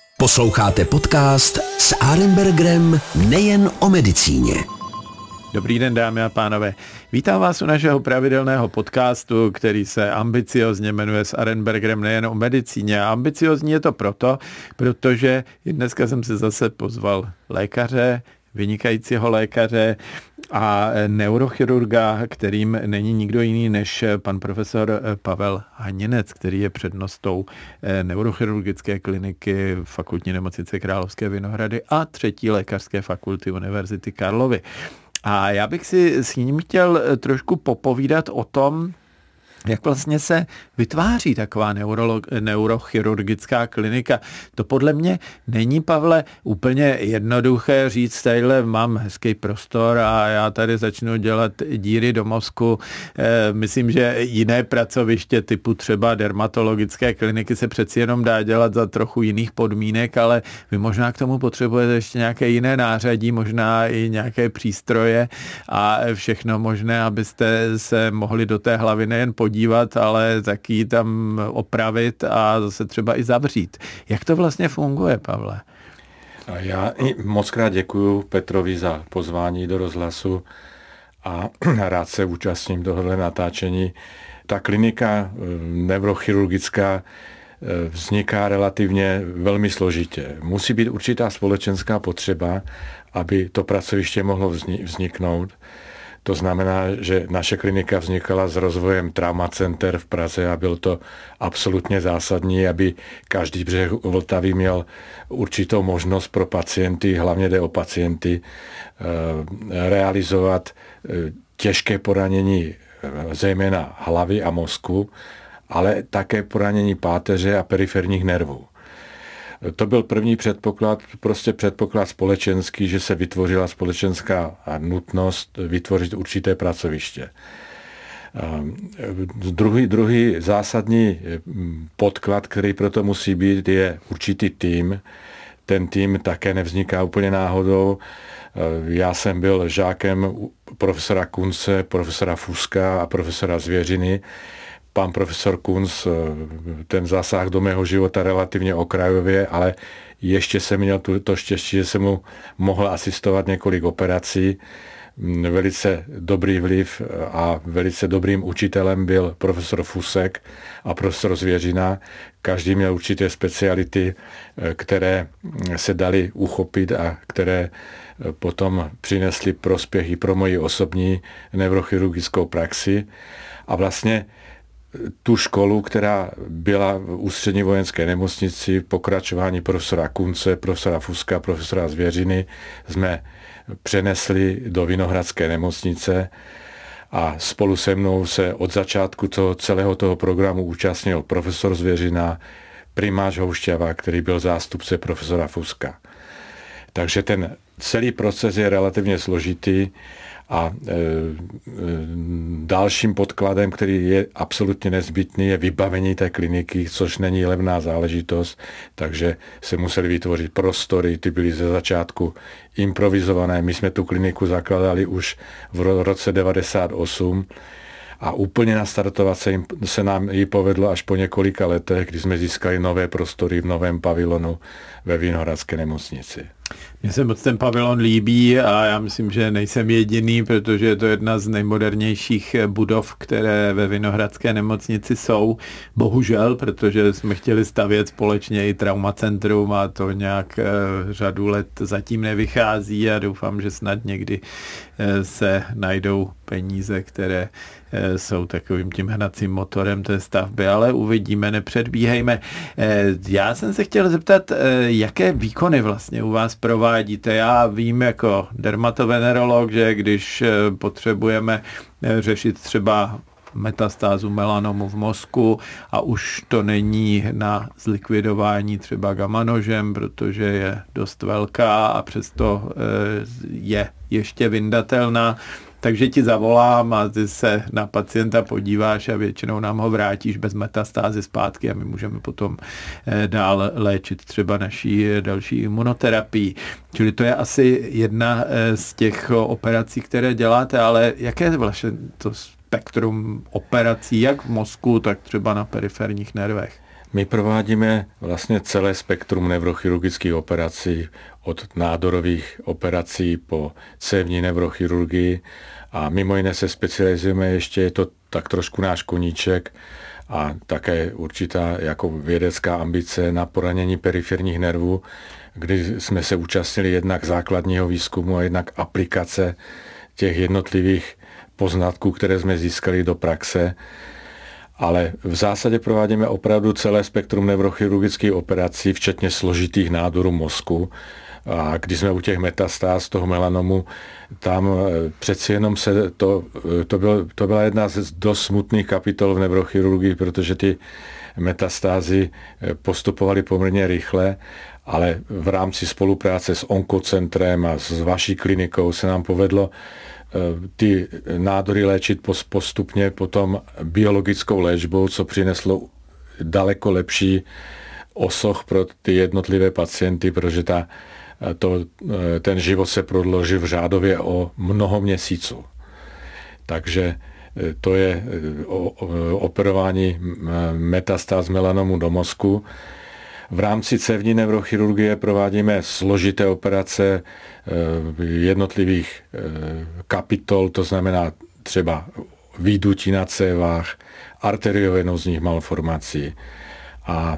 Posloucháte podcast s Arenbergerem nejen o medicíně. Dobrý den, dámy a pánové. Vítám vás u našeho pravidelného podcastu, který se ambiciozně jmenuje s Arenbergerem nejen o medicíně. A ambiciozní je to protože dneska jsem si zase pozval lékaře, vynikajícího lékaře a neurochirurga, kterým není nikdo jiný než pan profesor Pavel Haninec, který je přednostou neurochirurgické kliniky Fakultní nemocnice Královské Vinohrady a 3. lékařské fakulty Univerzity Karlovy. A já bych si s ním chtěl trošku popovídat o tom, jak vlastně se vytváří taková neurochirurgická klinika. To podle mě není, Pavle, úplně jednoduché říct, tadyhle mám hezký prostor a já tady začnu dělat díry do mozku. Myslím, že jiné pracoviště typu třeba dermatologické kliniky se přeci jenom dá dělat za trochu jiných podmínek, ale vy možná k tomu potřebujete ještě nějaké jiné nářadí, možná i nějaké přístroje a všechno možné, abyste se mohli do té hlavy nejen podívat, ale taky tam opravit a zase třeba i zavřít. Jak to vlastně funguje, Pavle? Já moc krát děkuju Petrovi za pozvání do rozhlasu a rád se účastním tohohle natáčení. Ta klinika neurochirurgická vzniká relativně velmi složitě. Musí být určitá společenská potřeba, aby to pracoviště mohlo vzniknout. To znamená, že naše klinika vznikala s rozvojem Trauma Center v Praze a bylo to absolutně zásadní, aby každý břeh Vltavy měl určitou možnost pro pacienty, hlavně jde o pacienty, realizovat těžké poranění zejména hlavy a mozku, ale také poranění páteře a periferních nervů. To byl první předpoklad, prostě předpoklad společenský, že se vytvořila společenská nutnost vytvořit určité pracoviště. Druhý zásadní podklad, který proto musí být, je určitý tým. Ten tým také nevzniká úplně náhodou. Já jsem byl žákem profesora Kunze, profesora Fuska a profesora Zvěřiny. Pan profesor Kunz, ten zásah do mého života relativně okrajově, ale ještě jsem měl to štěstí, že jsem mu mohl asistovat několik operací. Velice dobrý vliv a velice dobrým učitelem byl profesor Fusek a profesor Zvěřina. Každý měl určité speciality, které se daly uchopit a které potom přinesly prospěch i pro moji osobní neurochirurgickou praxi. A vlastně tu školu, která byla v Ústřední vojenské nemocnici, pokračování profesora Kunce, profesora Fuska, profesora Zvěřiny, jsme přenesli do Vinohradské nemocnice a spolu se mnou se od začátku celého toho programu účastnil profesor Zvěřina, primář Houšťava, který byl zástupce profesora Fuska. Takže ten celý proces je relativně složitý a dalším podkladem, který je absolutně nezbytný, je vybavení té kliniky, což není levná záležitost, takže se museli vytvořit prostory, ty byly ze začátku improvizované. My jsme tu kliniku zakladali už v roce 1998 a úplně nastartovat se nám ji povedlo až po několika letech, kdy jsme získali nové prostory v novém pavilonu ve Vinohradské nemocnici. Mně se moc ten pavilon líbí a já myslím, že nejsem jediný, protože je to jedna z nejmodernějších budov, které ve Vinohradské nemocnici jsou. Bohužel, protože jsme chtěli stavět společně i traumacentrum a to nějak řadu let zatím nevychází a doufám, že snad někdy se najdou peníze, které jsou takovým tím hnacím motorem té stavby, ale uvidíme, nepředbíhejme. Já jsem se chtěl zeptat, jaké výkony vlastně u vás provádíte. Já vím jako dermatovenerolog, že když potřebujeme řešit třeba metastázu melanomu v mozku a už to není na zlikvidování třeba gamma nožem, protože je dost velká a přesto je ještě vyndatelná, takže ti zavolám a ty se na pacienta podíváš a většinou nám ho vrátíš bez metastázy zpátky a my můžeme potom dál léčit třeba naší další imunoterapii. Čili to je asi jedna z těch operací, které děláte, ale jaké je vlastně to spektrum operací, jak v mozku, tak třeba na periferních nervech? My provádíme vlastně celé spektrum neurochirurgických operací, od nádorových operací po cévní neurochirurgii a mimo jiné se specializujeme, ještě je to tak trošku náš koníček a také určitá jako vědecká ambice na poranění periferních nervů, kdy jsme se účastnili jednak základního výzkumu a jednak aplikace těch jednotlivých poznatků, které jsme získali do praxe. Ale v zásadě provádíme opravdu celé spektrum neurochirurgických operací, včetně složitých nádorů mozku. A když jsme u těch metastáz toho melanomu, tam přeci jenom to byla jedna z dost smutných kapitol v neurochirurgii, protože ty metastázy postupovaly poměrně rychle, ale v rámci spolupráce s Onkocentrem a s vaší klinikou se nám povedlo ty nádory léčit postupně potom biologickou léčbou, co přineslo daleko lepší osoh pro ty jednotlivé pacienty, protože ten život se prodloužil v řádově o mnoho měsíců. Takže to je operování metastáz melanomu do mozku. V rámci cévní neurochirurgie provádíme složité operace jednotlivých kapitol, to znamená třeba výdutí na cévách, arteriovenózních malformací. A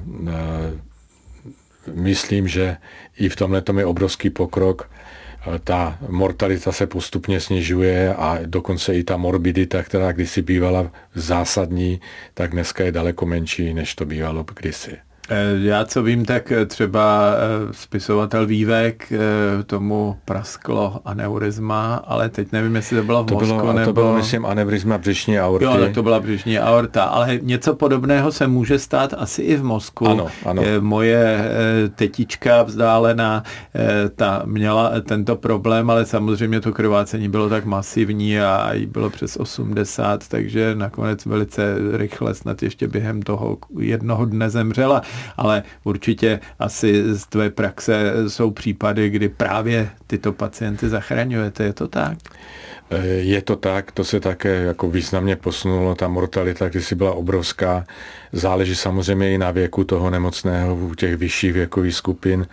myslím, že i v tomhletom je obrovský pokrok. Ta mortalita se postupně snižuje a dokonce i ta morbidita, která kdysi bývala zásadní, tak dneska je daleko menší, než to bývalo kdysi. Já co vím, tak třeba spisovatel Vývek, tomu prasklo aneurizma, ale teď nevím, jestli to bylo v mozku, nebo... To bylo, myslím, aneurizma břišní aorty. Jo, tak to byla břišní aorta, ale něco podobného se může stát asi i v mozku. Ano, ano. Moje tetička vzdálená, ta měla tento problém, ale samozřejmě to krvácení bylo tak masivní a jí bylo přes 80, takže nakonec velice rychle, snad ještě během toho jednoho dne zemřela. Ale určitě asi z tvé praxe jsou případy, kdy právě tyto pacienty zachraňujete. Je to tak? Je to tak, to se také jako významně posunulo. Ta mortalita kdysi byla obrovská. Záleží samozřejmě i na věku toho nemocného. U těch vyšších věkových skupin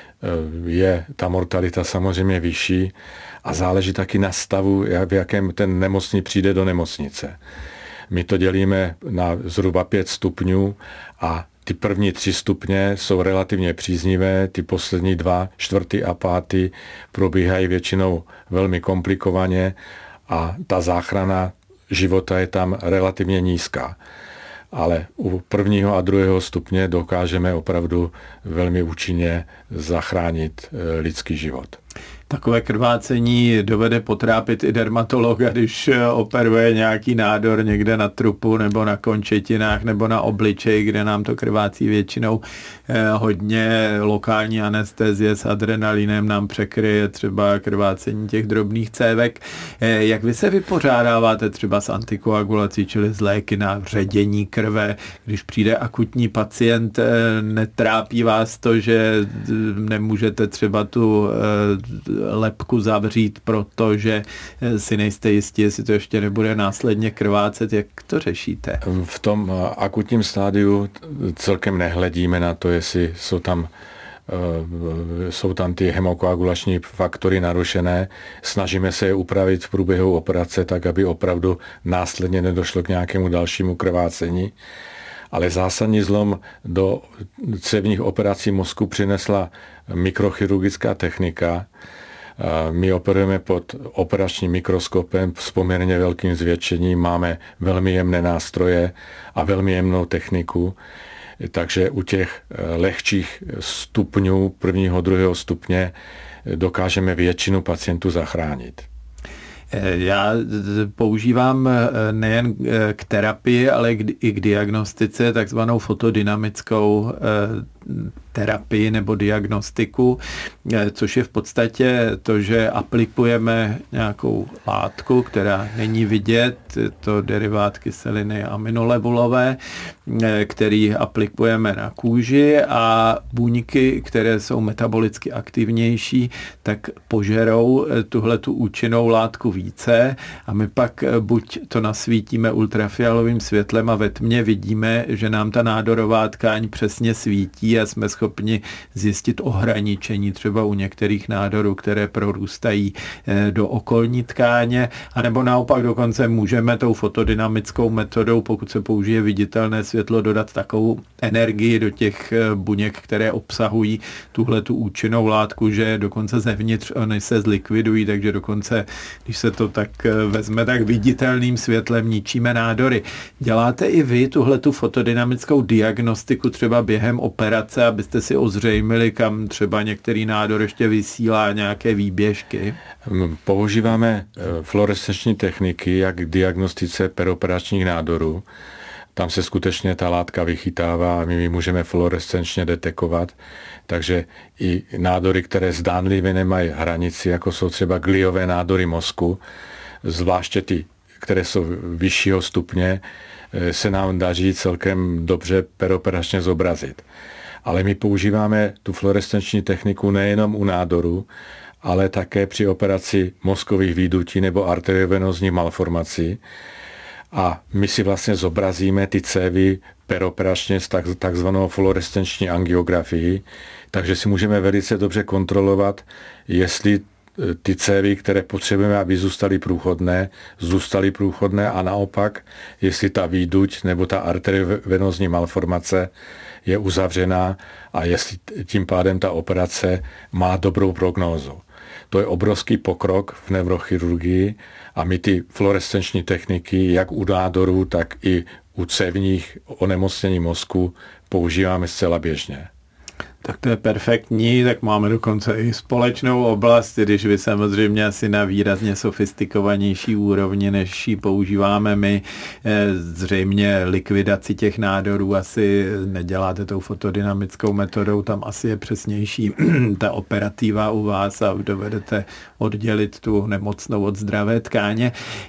je ta mortalita samozřejmě vyšší a záleží taky na stavu, v jakém ten nemocný přijde do nemocnice. My to dělíme na zhruba 5 stupňů a ty první 3 stupně jsou relativně příznivé, ty poslední 2, 4. a 5. probíhají většinou velmi komplikovaně a ta záchrana života je tam relativně nízká. Ale u 1. a 2. stupně dokážeme opravdu velmi účinně zachránit lidský život. Takové krvácení dovede potrápit i dermatologa, když operuje nějaký nádor někde na trupu nebo na končetinách nebo na obličeji, kde nám to krvácí většinou hodně. Lokální anestezie s adrenalinem nám překryje třeba krvácení těch drobných cévek. Jak vy se vypořádáváte třeba s antikoagulací, čili z léky na ředění krve, když přijde akutní pacient, netrápí vás to, že nemůžete třeba tu lepku zavřít, protože si nejste jistí, jestli to ještě nebude následně krvácet. Jak to řešíte? V tom akutním stádiu celkem nehledíme na to, jestli jsou tam ty hemokoagulační faktory narušené. Snažíme se je upravit v průběhu operace tak, aby opravdu následně nedošlo k nějakému dalšímu krvácení. Ale zásadní zlom do cévních operací mozku přinesla mikrochirurgická technika. My operujeme pod operačním mikroskopem s poměrně velkým zvětšením, máme velmi jemné nástroje a velmi jemnou techniku, takže u těch lehčích stupňů 1., 2. stupně dokážeme většinu pacientů zachránit. Já používám nejen k terapii, ale i k diagnostice takzvanou fotodynamickou terapii nebo diagnostiku, což je v podstatě to, že aplikujeme nějakou látku, která není vidět, to derivát kyseliny aminolevulové, který aplikujeme na kůži a buňky, které jsou metabolicky aktivnější, tak požerou tuhletu účinnou látku více a my pak buď to nasvítíme ultrafialovým světlem a ve tmě vidíme, že nám ta nádorová tkáň přesně svítí a jsme schopni zjistit ohraničení třeba u některých nádorů, které prorůstají do okolní tkáně, anebo naopak dokonce můžeme tou fotodynamickou metodou, pokud se použije viditelné světlo, dodat takovou energii do těch buněk, které obsahují tuhletu účinnou látku, že dokonce zevnitř oni se zlikvidují, takže dokonce, když se to tak vezme, tak viditelným světlem ničíme nádory. Děláte i vy tuhletu fotodynamickou diagnostiku třeba během operace, abyste si ozřejmili, kam třeba některý nádor ještě vysílá nějaké výběžky? Používáme fluorescenční techniky, jak k diagnostice peroperačních nádorů. Tam se skutečně ta látka vychytává a my ji můžeme fluorescenčně detekovat. Takže i nádory, které zdánlivě nemají hranici, jako jsou třeba gliové nádory mozku, zvláště ty, které jsou vyššího stupně, se nám daří celkem dobře peroperačně zobrazit. Ale my používáme tu fluorescenční techniku nejenom u nádoru, ale také při operaci mozkových výdutí nebo arteriovenózních malformací. A my si vlastně zobrazíme ty cévy peroperačně s takzvanou fluorescenční angiografii, takže si můžeme velice dobře kontrolovat, jestli ty cévy, které potřebujeme, aby zůstaly průchodné a naopak, jestli ta výduť nebo ta arteriovenózní malformace je uzavřená a jestli tím pádem ta operace má dobrou prognózu. To je obrovský pokrok v neurochirurgii a my ty fluorescenční techniky, jak u nádorů, tak i u cévních onemocnění mozku používáme zcela běžně. Tak to je perfektní, tak máme dokonce i společnou oblast, když vy samozřejmě asi na výrazně sofistikovanější úrovni, než ji používáme my. Zřejmě likvidaci těch nádorů asi neděláte tou fotodynamickou metodou, tam asi je přesnější ta operativa u vás a dovedete oddělit tu nemocnou od zdravé tkáně.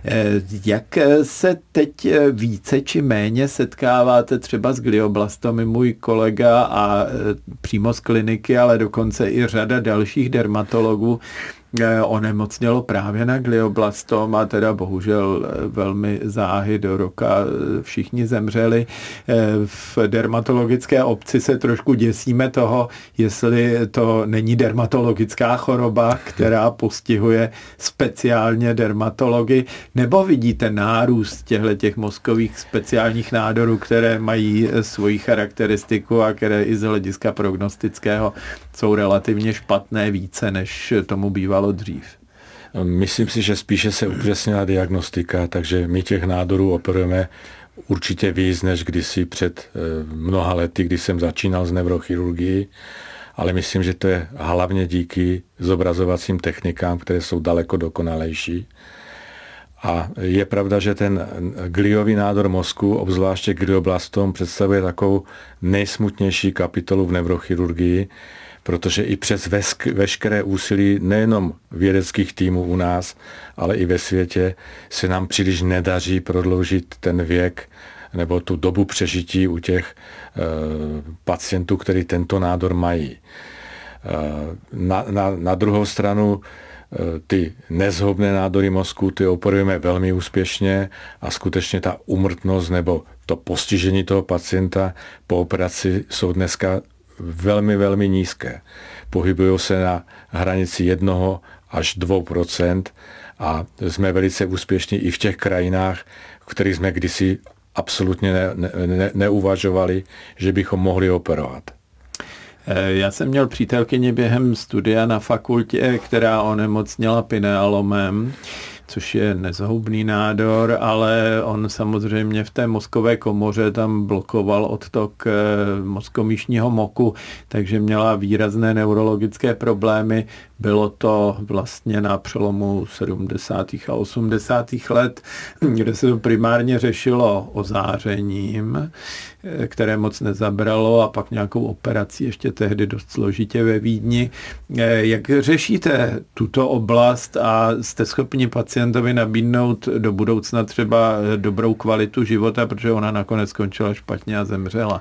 Jak se teď více či méně setkáváte třeba s glioblastomy? Můj kolega a přímo z kliniky, ale dokonce i řada dalších dermatologů onemocnělo právě na glioblastom a teda bohužel velmi záhy do roka všichni zemřeli. V dermatologické obci se trošku děsíme toho, jestli to není dermatologická choroba, která postihuje speciálně dermatology, nebo vidíte nárůst těch mozkových speciálních nádorů, které mají svoji charakteristiku a které i z hlediska prognostického jsou relativně špatné více, než tomu bývalo dřív. Myslím si, že spíše se upřesnila diagnostika, takže my těch nádorů operujeme určitě víc než kdysi před mnoha lety, kdy jsem začínal s neurochirurgií, ale myslím, že to je hlavně díky zobrazovacím technikám, které jsou daleko dokonalejší. A je pravda, že ten gliový nádor mozku, obzvláště glioblastom, představuje takovou nejsmutnější kapitolu v neurochirurgii, protože i přes veškeré úsilí nejenom vědeckých týmů u nás, ale i ve světě se nám příliš nedaří prodloužit ten věk nebo tu dobu přežití u těch pacientů, kteří tento nádor mají. Na druhou stranu ty nezhubné nádory mozku, ty operujeme velmi úspěšně a skutečně ta úmrtnost nebo to postižení toho pacienta po operaci jsou dneska velmi, velmi nízké. Pohybují se na hranici 1 až 2% a jsme velice úspěšní i v těch krajinách, v kterých jsme kdysi absolutně neuvažovali, že bychom mohli operovat. Já jsem měl přítelkyni během studia na fakultě, která onemocněla pinealomem, což je nezhoubný nádor, ale on samozřejmě v té mozkové komoře tam blokoval odtok mozkomíšního moku, takže měla výrazné neurologické problémy. Bylo to vlastně na přelomu 70. a 80. let, kde se to primárně řešilo ozářením, které moc nezabralo, a pak nějakou operací ještě tehdy dost složitě ve Vídni. Jak řešíte tuto oblast a jste schopni pacientovi nabídnout do budoucna třeba dobrou kvalitu života, protože ona nakonec skončila špatně a zemřela?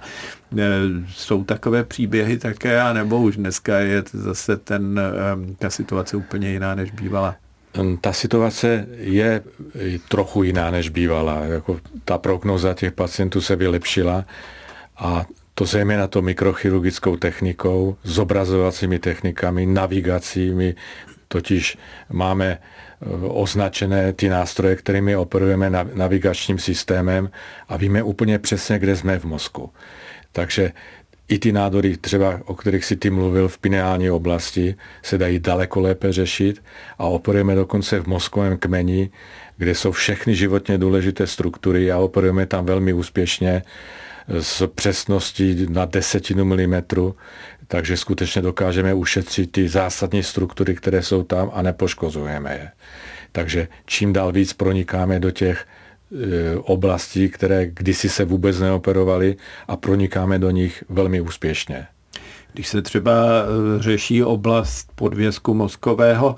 Jsou takové příběhy také, anebo už dneska je zase ta situace úplně jiná, než bývala? Ta situace je trochu jiná, než bývala. Jako ta prognóza těch pacientů se vylepšila, a to zejména to mikrochirurgickou technikou, zobrazovacími technikami, navigacími, totiž máme označené ty nástroje, kterými operujeme navigačním systémem, a víme úplně přesně, kde jsme v mozku. Takže i ty nádory, třeba o kterých si ty mluvil v pineální oblasti, se dají daleko lépe řešit, a operujeme dokonce v mozkovém kmeni, kde jsou všechny životně důležité struktury, a operujeme tam velmi úspěšně s přesností na 10 milimetru, takže skutečně dokážeme ušetřit ty zásadní struktury, které jsou tam, a nepoškozujeme je. Takže čím dál víc pronikáme do těch oblastí, které kdysi se vůbec neoperovaly, a pronikáme do nich velmi úspěšně. Když se třeba řeší oblast podvězku mozkového,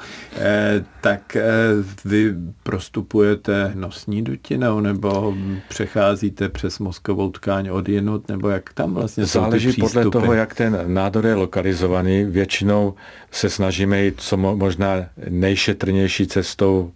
tak vy prostupujete nosní dutinou, nebo přecházíte přes mozkovou tkáň odjinud, nebo jak tam vlastně jsou ty Záleží přístupy? podle toho, jak ten nádor je lokalizovaný. Většinou se snažíme jít co možná nejšetrnější cestou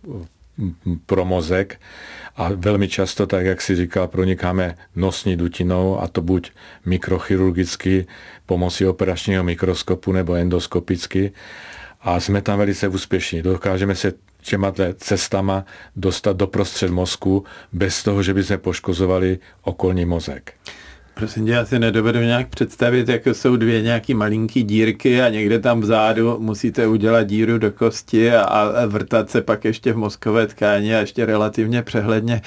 pro mozek, a velmi často, tak jak si říkal, pronikáme nosní dutinou, a to buď mikrochirurgicky pomocí operačního mikroskopu nebo endoskopicky, a jsme tam velice úspěšní. Dokážeme se těma cestama dostat do prostřed mozku bez toho, že bychom poškozovali okolní mozek. Prosím tě, já si nedovedu nějak představit, jako jsou dvě nějaký malinký dírky a někde tam vzadu musíte udělat díru do kosti a vrtat se pak ještě v mozkové tkáni a ještě relativně přehledně.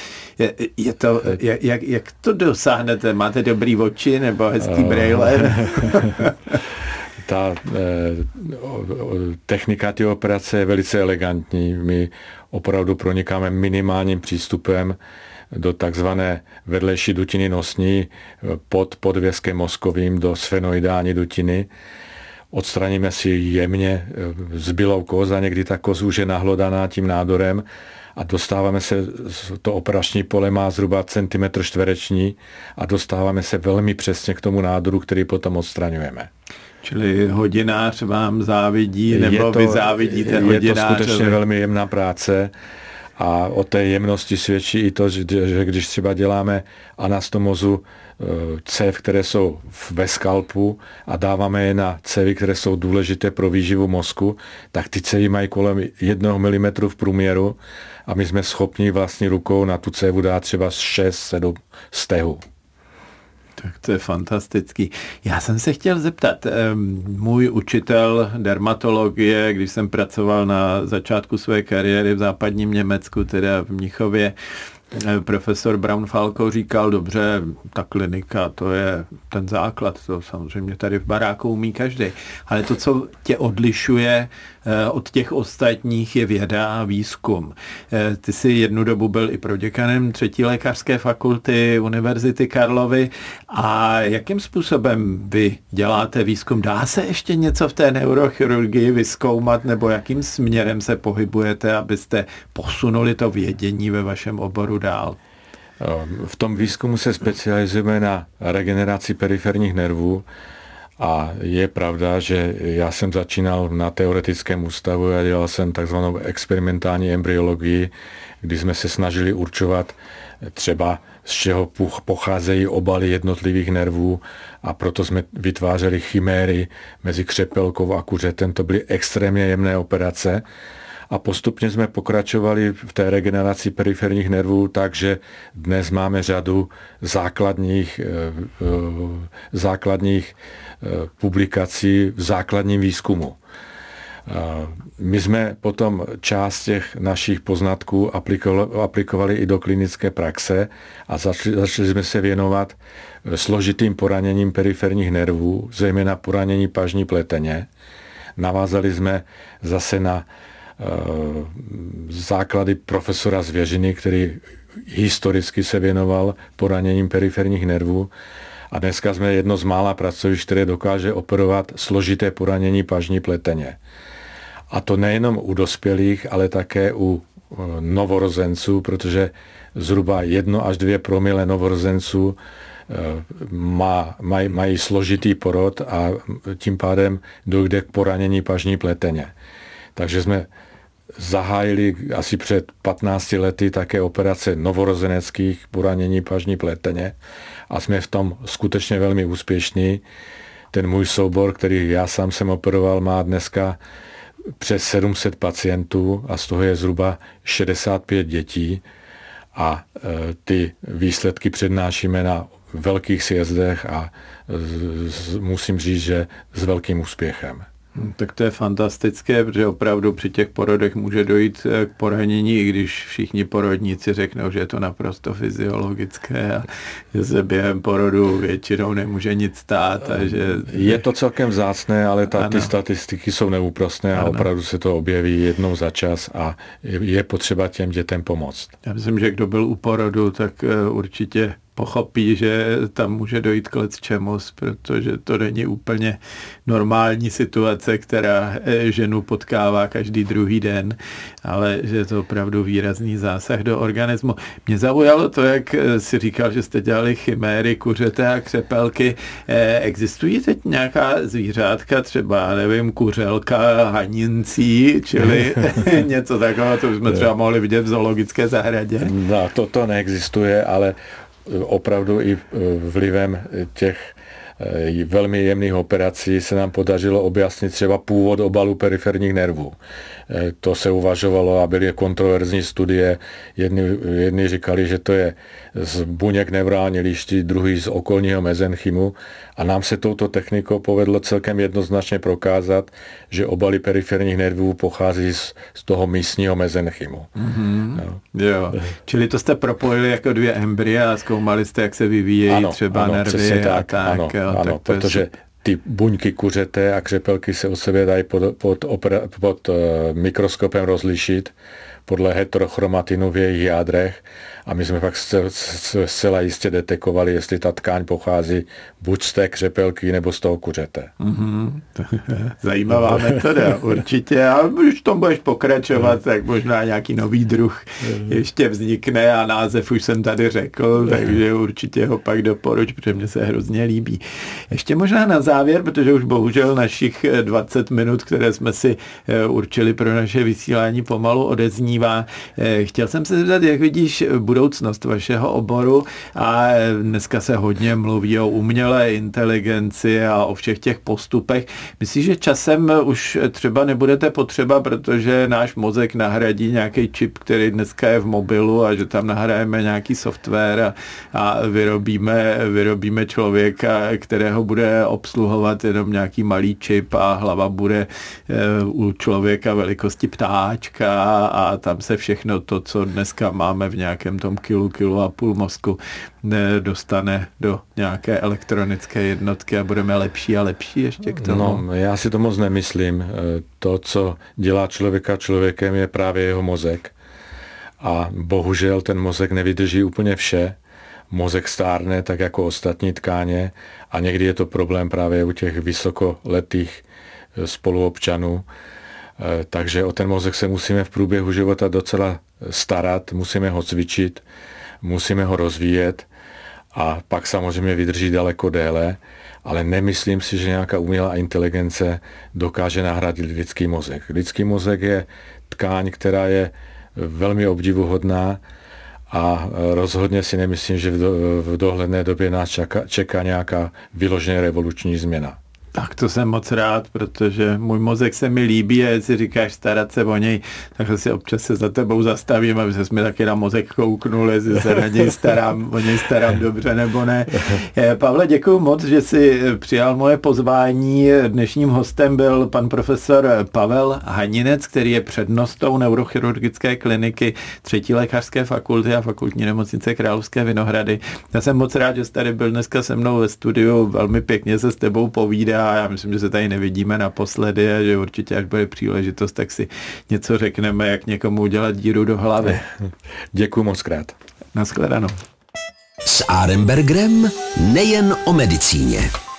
Jak to dosáhnete? Máte dobrý oči nebo hezký brejle? Ta technika té operace je velice elegantní. My opravdu pronikáme minimálním přístupem do takzvané vedlejší dutiny nosní pod podvězkem mozkovým do sfenoidální dutiny. Odstraníme si jemně zbylou kost, a někdy ta kost už je nahlodaná tím nádorem, a dostáváme se, to operační pole má zhruba centimetr čtvereční, a dostáváme se velmi přesně k tomu nádoru, který potom odstraňujeme. Čili hodinář vám závidí, nebo vy závidíte hodinářovi? Je to skutečně velmi jemná práce, a o té jemnosti svědčí i to, že když třeba děláme anastomozu cév, které jsou ve skalpu, a dáváme je na cévy, které jsou důležité pro výživu mozku, tak ty cévy mají kolem 1 mm v průměru, a my jsme schopni vlastní rukou na tu cévu dát třeba 6-7 stehů. Tak to je fantastický. Já jsem se chtěl zeptat, můj učitel dermatologie, když jsem pracoval na začátku své kariéry v západním Německu, teda v Mnichově, profesor Braunfalko říkal, dobře, ta klinika, to je ten základ, to samozřejmě tady v baráku umí každý, ale to, co tě odlišuje od těch ostatních, je věda a výzkum. Ty jsi jednu dobu byl i proděkanem 3. lékařské fakulty Univerzity Karlovy, a jakým způsobem vy děláte výzkum? Dá se ještě něco v té neurochirurgii vyzkoumat, nebo jakým směrem se pohybujete, abyste posunuli to vědění ve vašem oboru dál? V tom výzkumu se specializujeme na regeneraci periferních nervů, a je pravda, že já jsem začínal na teoretickém ústavu a dělal jsem takzvanou experimentální embryologii, kdy jsme se snažili určovat třeba, z čeho pocházejí obaly jednotlivých nervů, a proto jsme vytvářeli chiméry mezi křepelkou a kuřetem. To byly extrémně jemné operace. A postupně jsme pokračovali v té regeneraci periferních nervů, takže dnes máme řadu základních publikací v základním výzkumu. My jsme potom část těch našich poznatků aplikovali i do klinické praxe, a začali jsme se věnovat složitým poraněním periferních nervů, zejména poranění pažní pleteně. navázali jsme zase na základy profesora Zvěřiny, který historicky se věnoval poraněním periferních nervů. A dneska jsme jedno z mála pracovišť, které dokáže operovat složité poranění pažní pleteně. A to nejenom u dospělých, ale také u novorozenců, protože zhruba 1 až 2 promile novorozenců mají složitý porod a tím pádem dojde k poranění pažní pleteně. Takže jsme zahájili asi před 15 lety také operace novorozeneckých poranění pažní pleteně a jsme v tom skutečně velmi úspěšní. Ten můj soubor, který já sám jsem operoval, má dneska přes 700 pacientů a z toho je zhruba 65 dětí a ty výsledky přednášíme na velkých sjezdech a musím říct, že s velkým úspěchem. Tak to je fantastické, protože opravdu při těch porodech může dojít k poranění, i když všichni porodníci řeknou, že je to naprosto fyziologické a že se během porodu většinou nemůže nic stát. A že... Je to celkem vzácné, ale ty statistiky jsou neúprosné a opravdu se to objeví jednou za čas a je potřeba těm dětem pomoct. Já myslím, že kdo byl u porodu, tak určitě pochopí, že tam může dojít k lecčemus, protože to není úplně normální situace, která ženu potkává každý druhý den, ale že je to opravdu výrazný zásah do organismu. Mě zaujalo to, jak si říkal, že jste dělali chiméry, kuřete a křepelky. Existují teď nějaká zvířátka, třeba, nevím, kuřelka, hanincí, čili něco takového, to jsme třeba mohli vidět v zoologické zahradě? No, to neexistuje, ale opravdu i vlivem těch velmi jemných operací se nám podařilo objasnit třeba původ obalu periferních nervů. To se uvažovalo a byly kontroverzní studie. Jedni říkali, že to je z buněk neurální líšti, druhý z okolního mezenchymu a nám se touto technikou povedlo celkem jednoznačně prokázat, že obaly periferních nervů pochází z toho místního mezenchymu. Mm-hmm. No. Jo. Čili to jste propojili jako 2 embrya a zkoumali jste, jak se vyvíjejí třeba nervy a tak. Ano, protože ty buňky kuřete a křepelky se od sebe dají pod mikroskopem rozlišit podle heterochromatinu v jejich jádrech a my jsme pak zcela jistě detekovali, jestli ta tkáň pochází buď z té křepelky nebo z toho kuřete. Mm-hmm. Zajímavá metoda, určitě. A když v tom budeš pokračovat, tak možná nějaký nový druh ještě vznikne a název už jsem tady řekl, takže určitě ho pak doporuč, protože mně se hrozně líbí. Ještě možná na závěr, protože už bohužel našich 20 minut, které jsme si určili pro naše vysílání, pomalu odeznívá. Chtěl jsem se zeptat, jak vidíš budoucnost vašeho oboru a dneska se hodně mluví o umělé inteligenci a o všech těch postupech. Myslíš, že časem už třeba nebudete potřeba, protože náš mozek nahradí nějaký čip, který dneska je v mobilu a že tam nahrajeme nějaký software a vyrobíme člověka, kterého bude obsluhovat jenom nějaký malý čip a hlava bude u člověka velikosti ptáčka a tam se všechno to, co dneska máme v nějakém tom kilu a půl mozku, dostane do nějaké elektronické jednotky a budeme lepší a lepší ještě k tomu. No, já si to moc nemyslím. To, co dělá člověka člověkem, je právě jeho mozek. A bohužel ten mozek nevydrží úplně vše. Mozek stárne tak jako ostatní tkáně a někdy je to problém právě u těch vysokoletých spoluobčanů. Takže o ten mozek se musíme v průběhu života docela starat, musíme ho cvičit, musíme ho rozvíjet a pak samozřejmě vydrží daleko déle, ale nemyslím si, že nějaká umělá inteligence dokáže nahradit lidský mozek. Lidský mozek je tkáň, která je velmi obdivuhodná a rozhodně si nemyslím, že v dohledné době nás čeká nějaká vyloženě revoluční změna. Tak to jsem moc rád, protože můj mozek se mi líbí a jestli říkáš starat se o něj, tak si občas se za tebou zastavím, aby se mi taky na mozek kouknul, jestli se na něj o něj starám dobře nebo ne. Pavle, děkuju moc, že jsi přijal moje pozvání. Dnešním hostem byl pan profesor Pavel Haninec, který je přednostou neurochirurgické kliniky 3. lékařské fakulty a fakultní nemocnice Královské Vinohrady. Já jsem moc rád, že jsi tady byl dneska se mnou ve studiu, velmi pěkně se s tebou povídá a já myslím, že se tady nevidíme naposledy a že určitě, až bude příležitost, tak si něco řekneme, jak někomu udělat díru do hlavy. Děkuji moc krát. Nashledanou. S Arenbergerem nejen o medicíně.